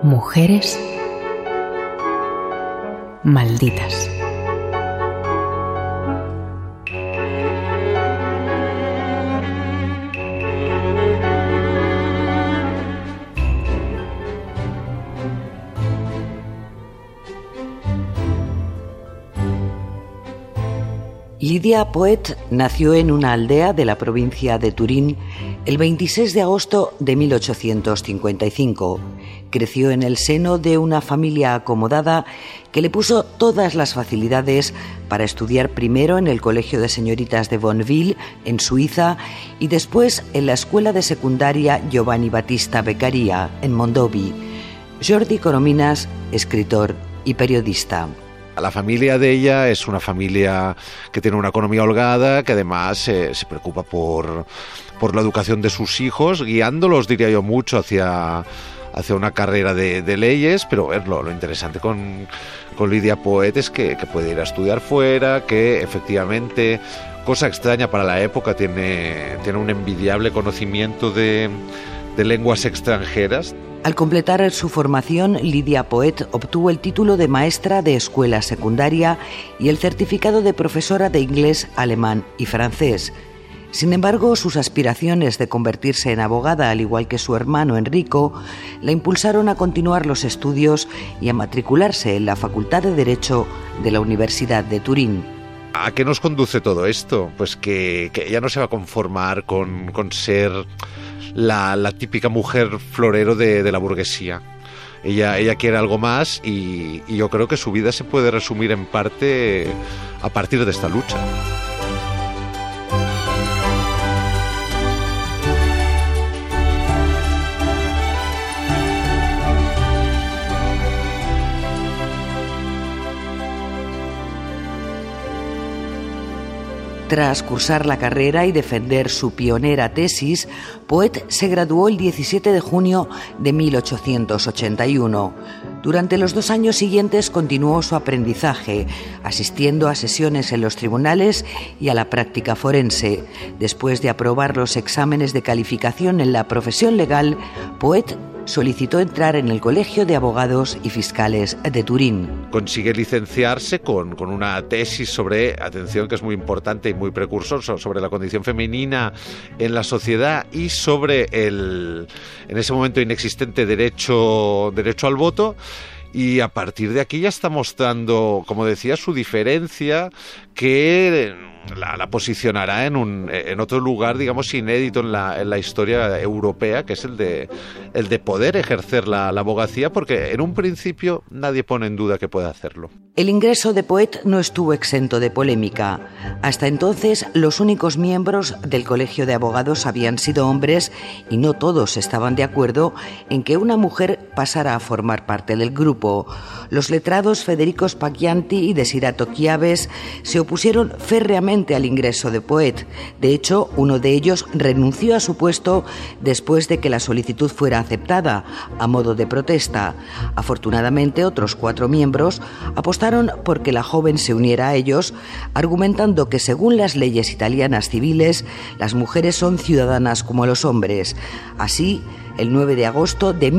Mujeres malditas. Lydia Poët nació en una aldea de la provincia de Turín el 26 de agosto de 1855. Creció en el seno de una familia acomodada que le puso todas las facilidades para estudiar primero en el Colegio de Señoritas de Bonneville, en Suiza, y después en la Escuela de Secundaria Giovanni Battista Beccaria, en Mondovì. Jordi Corominas, escritor y periodista. La familia de ella es una familia que tiene una economía holgada, que además se preocupa por la educación de sus hijos, guiándolos, diría yo, mucho hacia una carrera de leyes, pero lo interesante con Lydia Poët es que puede ir a estudiar fuera, que efectivamente, cosa extraña para la época, tiene un envidiable conocimiento de lenguas extranjeras. Al completar su formación, Lydia Poët obtuvo el título de maestra de escuela secundaria y el certificado de profesora de inglés, alemán y francés. Sin embargo, sus aspiraciones de convertirse en abogada, al igual que su hermano Enrico, la impulsaron a continuar los estudios y a matricularse en la Facultad de Derecho de la Universidad de Turín. ¿A qué nos conduce todo esto? Pues que ella no se va a conformar con ser la típica mujer florero de la burguesía. Ella quiere algo más y yo creo que su vida se puede resumir en parte a partir de esta lucha. Tras cursar la carrera y defender su pionera tesis, Poët se graduó el 17 de junio de 1881. Durante los 2 años siguientes continuó su aprendizaje, asistiendo a sesiones en los tribunales y a la práctica forense. Después de aprobar los exámenes de calificación en la profesión legal, Poët solicitó entrar en el Colegio de Abogados y Fiscales de Turín. Consigue licenciarse con una tesis sobre, atención, que es muy importante y muy precursor, sobre la condición femenina en la sociedad y sobre en ese momento inexistente derecho al voto. Y a partir de aquí ya está mostrando, como decía, su diferencia, que la posicionará en otro lugar, digamos, inédito en la historia europea, que es el de poder ejercer la abogacía, porque en un principio nadie pone en duda que pueda hacerlo. El ingreso de Poët no estuvo exento de polémica. Hasta entonces, los únicos miembros del Colegio de Abogados habían sido hombres y no todos estaban de acuerdo en que una mujer pasara a formar parte del grupo. Los letrados Federico Spaghianti y Desirato Chiaves se opusieron férreamente al ingreso de Poët. De hecho, uno de ellos renunció a su puesto después de que la solicitud fuera aceptada, a modo de protesta. Afortunadamente, otros 4 miembros apostaron por que la joven se uniera a ellos, argumentando que según las leyes italianas civiles, las mujeres son ciudadanas como los hombres. Así, el 9 de agosto de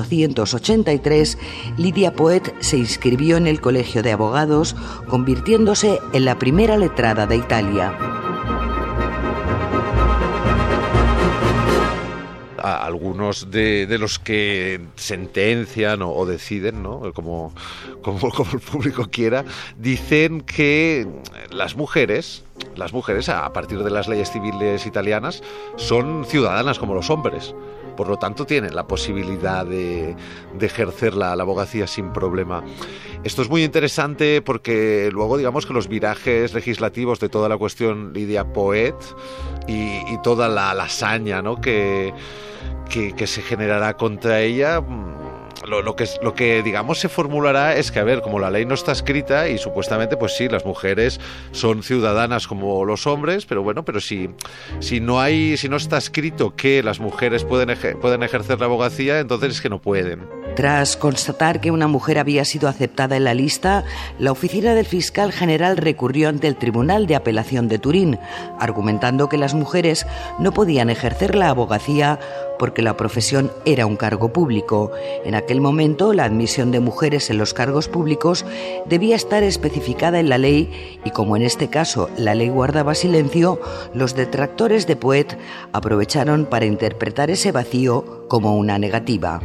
1883, Lydia Poët se inscribió en el Colegio de Abogados, convirtiéndose en la primera letrada de Italia. Algunos de los que sentencian o deciden, ¿no? como el público quiera, dicen que las mujeres, a partir de las leyes civiles italianas, son ciudadanas como los hombres. Por lo tanto, tienen la posibilidad de ejercer la abogacía sin problema. Esto es muy interesante porque luego, digamos, que los virajes legislativos de toda la cuestión Lydia Poët y toda la hazaña, ¿no?, que se generará contra ella, lo que digamos se formulará es que, a ver, como la ley no está escrita y supuestamente, pues sí, las mujeres son ciudadanas como los hombres, pero bueno, pero si no está escrito que las mujeres pueden ejercer la abogacía, entonces es que no pueden. Tras constatar que una mujer había sido aceptada en la lista, la oficina del fiscal general recurrió ante el Tribunal de Apelación de Turín, argumentando que las mujeres no podían ejercer la abogacía porque la profesión era un cargo público. En aquel momento, la admisión de mujeres en los cargos públicos debía estar especificada en la ley y, como en este caso la ley guardaba silencio, los detractores de Poet aprovecharon para interpretar ese vacío como una negativa.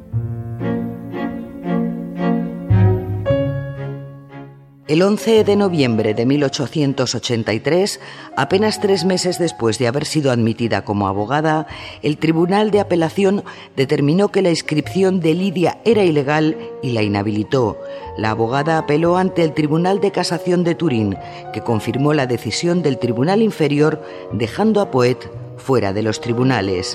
El 11 de noviembre de 1883, apenas 3 meses después de haber sido admitida como abogada, el Tribunal de Apelación determinó que la inscripción de Lidia era ilegal y la inhabilitó. La abogada apeló ante el Tribunal de Casación de Turín, que confirmó la decisión del Tribunal Inferior, dejando a Poet fuera de los tribunales.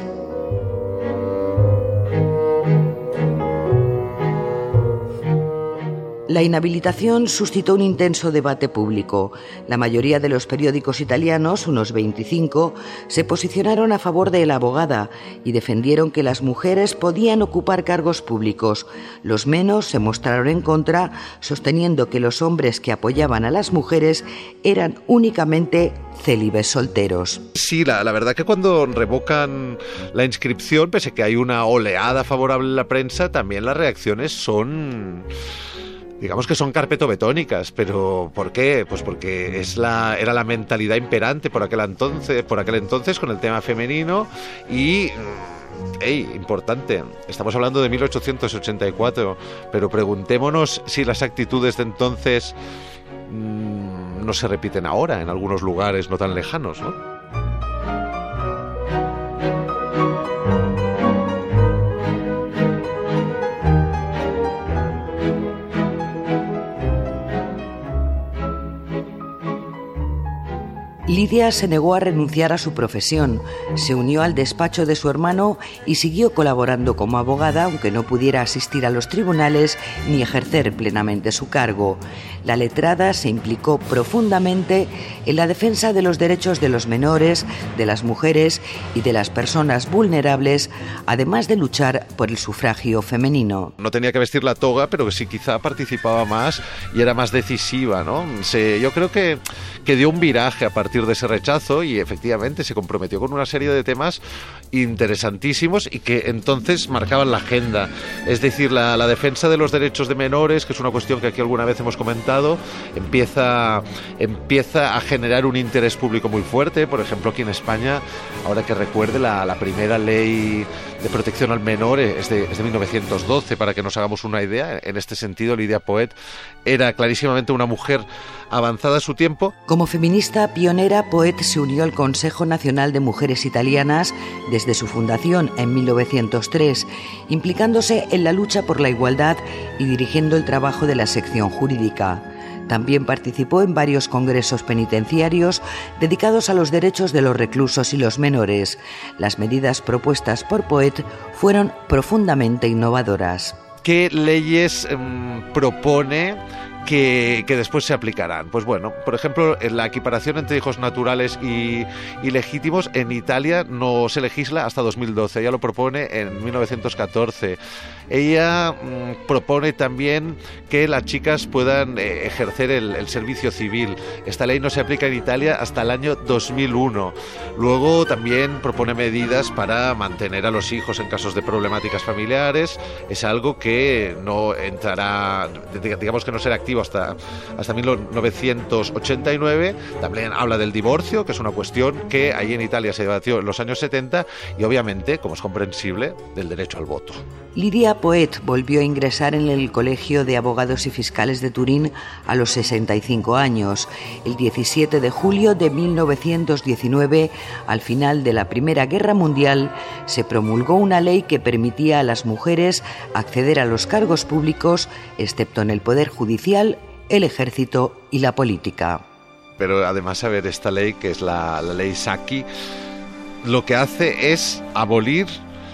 La inhabilitación suscitó un intenso debate público. La mayoría de los periódicos italianos, unos 25, se posicionaron a favor de la abogada y defendieron que las mujeres podían ocupar cargos públicos. Los menos se mostraron en contra, sosteniendo que los hombres que apoyaban a las mujeres eran únicamente célibes solteros. Sí, la verdad que cuando revocan la inscripción, pese a que hay una oleada favorable en la prensa, también las reacciones son... digamos que son carpetobetónicas, pero ¿por qué? Pues porque era la mentalidad imperante por aquel entonces con el tema femenino y... importante, estamos hablando de 1884, pero preguntémonos si las actitudes de entonces no se repiten ahora en algunos lugares no tan lejanos, ¿no? Lidia se negó a renunciar a su profesión, se unió al despacho de su hermano y siguió colaborando como abogada, aunque no pudiera asistir a los tribunales ni ejercer plenamente su cargo. La letrada se implicó profundamente en la defensa de los derechos de los menores, de las mujeres y de las personas vulnerables, además de luchar por el sufragio femenino. No tenía que vestir la toga, pero que sí quizá participaba más y era más decisiva, ¿no? Yo creo que dio un viraje a partir de ese rechazo y efectivamente se comprometió con una serie de temas interesantísimos y que entonces marcaban la agenda. Es decir, la defensa de los derechos de menores, que es una cuestión que aquí alguna vez hemos comentado, empieza a generar un interés público muy fuerte. Por ejemplo, aquí en España, ahora que recuerde, la primera ley de protección al menor es de 1912, para que nos hagamos una idea. En este sentido, Lidia Poet era clarísimamente una mujer avanzada a su tiempo. Como feminista pionera, Poet se unió al Consejo Nacional de Mujeres Italianas desde su fundación en 1903, implicándose en la lucha por la igualdad y dirigiendo el trabajo de la sección jurídica. También participó en varios congresos penitenciarios dedicados a los derechos de los reclusos y los menores. Las medidas propuestas por Poet fueron profundamente innovadoras. ¿Qué leyes propone que después se aplicarán? Pues bueno, por ejemplo, en la equiparación entre hijos naturales y legítimos en Italia no se legisla hasta 2012, ella lo propone en 1914. Ella propone también que las chicas puedan ejercer el servicio civil. Esta ley no se aplica en Italia hasta el año 2001. Luego también propone medidas para mantener a los hijos en casos de problemáticas familiares. Es algo que no entrará, digamos que no será activo hasta 1989. También habla del divorcio, que es una cuestión que ahí en Italia se debatió en los años 70, y obviamente, como es comprensible, del derecho al voto. Lidia Poet volvió a ingresar en el Colegio de Abogados y Fiscales de Turín a los 65 años. El 17 de julio de 1919, al final de la Primera Guerra Mundial, se promulgó una ley que permitía a las mujeres acceder a los cargos públicos, excepto en el Poder Judicial, el Ejército y la política. Pero además, a ver, esta ley, que es la ley Sacchi, lo que hace es abolir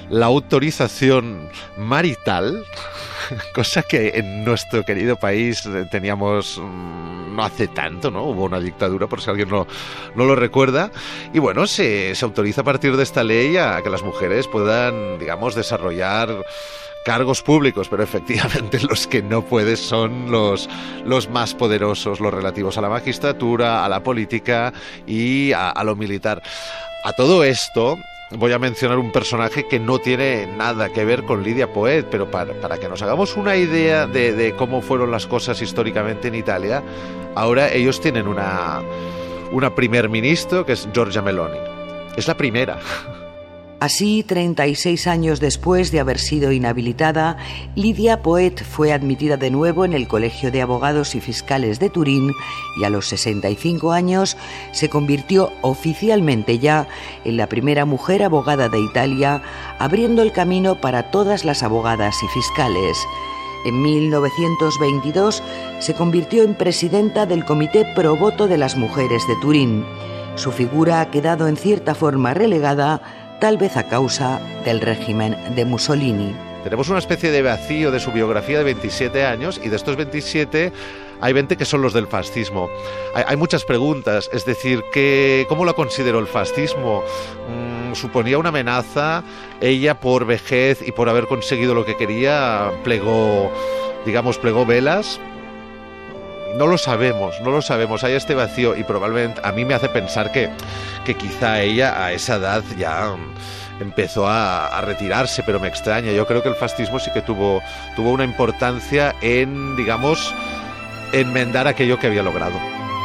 la autorización marital, cosa que en nuestro querido país teníamos no hace tanto, ¿no? Hubo una dictadura, por si alguien no lo recuerda. Y bueno, se autoriza a partir de esta ley a que las mujeres puedan, digamos, desarrollar cargos públicos, pero efectivamente los que no pueden son los más poderosos, los relativos a la magistratura, a la política y a lo militar. A todo esto voy a mencionar un personaje que no tiene nada que ver con Lidia Poët, pero para que nos hagamos una idea de cómo fueron las cosas históricamente en Italia, ahora ellos tienen una primer ministro que es Giorgia Meloni. Es la primera. Así, 36 años después de haber sido inhabilitada, Lidia Poët fue admitida de nuevo en el Colegio de Abogados y Fiscales de Turín y a los 65 años se convirtió oficialmente ya en la primera mujer abogada de Italia, abriendo el camino para todas las abogadas y fiscales. En 1922 se convirtió en presidenta del Comité Pro Voto de las Mujeres de Turín. Su figura ha quedado en cierta forma relegada, tal vez a causa del régimen de Mussolini. Tenemos una especie de vacío de su biografía de 27 años y de estos 27 hay 20 que son los del fascismo. Hay muchas preguntas, es decir, ¿cómo lo consideró el fascismo? ¿Suponía una amenaza? Ella, por vejez y por haber conseguido lo que quería, plegó velas. No lo sabemos, hay este vacío y probablemente a mí me hace pensar que quizá ella a esa edad ya empezó a retirarse, pero me extraña. Yo creo que el fascismo sí que tuvo una importancia en, digamos, enmendar aquello que había logrado.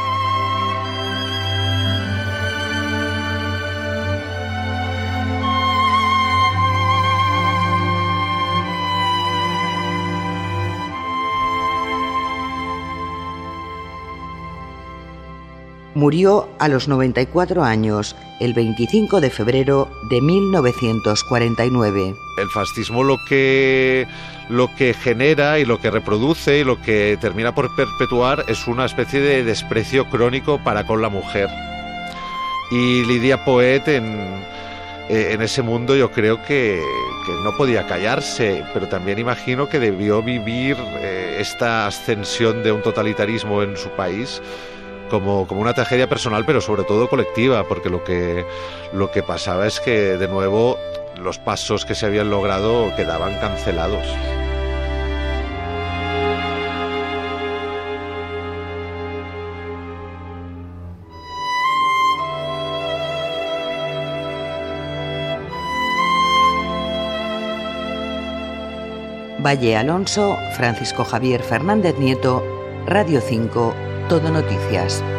Murió a los 94 años, el 25 de febrero de 1949. El fascismo lo que genera y lo que reproduce y lo que termina por perpetuar es una especie de desprecio crónico para con la mujer. Y Lidia Poët en ese mundo yo creo que no podía callarse, pero también imagino que debió vivir esta ascensión de un totalitarismo en su país como una tragedia personal, pero sobre todo colectiva, porque lo que pasaba es que de nuevo los pasos que se habían logrado quedaban cancelados. Valle Alonso, Francisco Javier Fernández Nieto, Radio 5, Todo Noticias.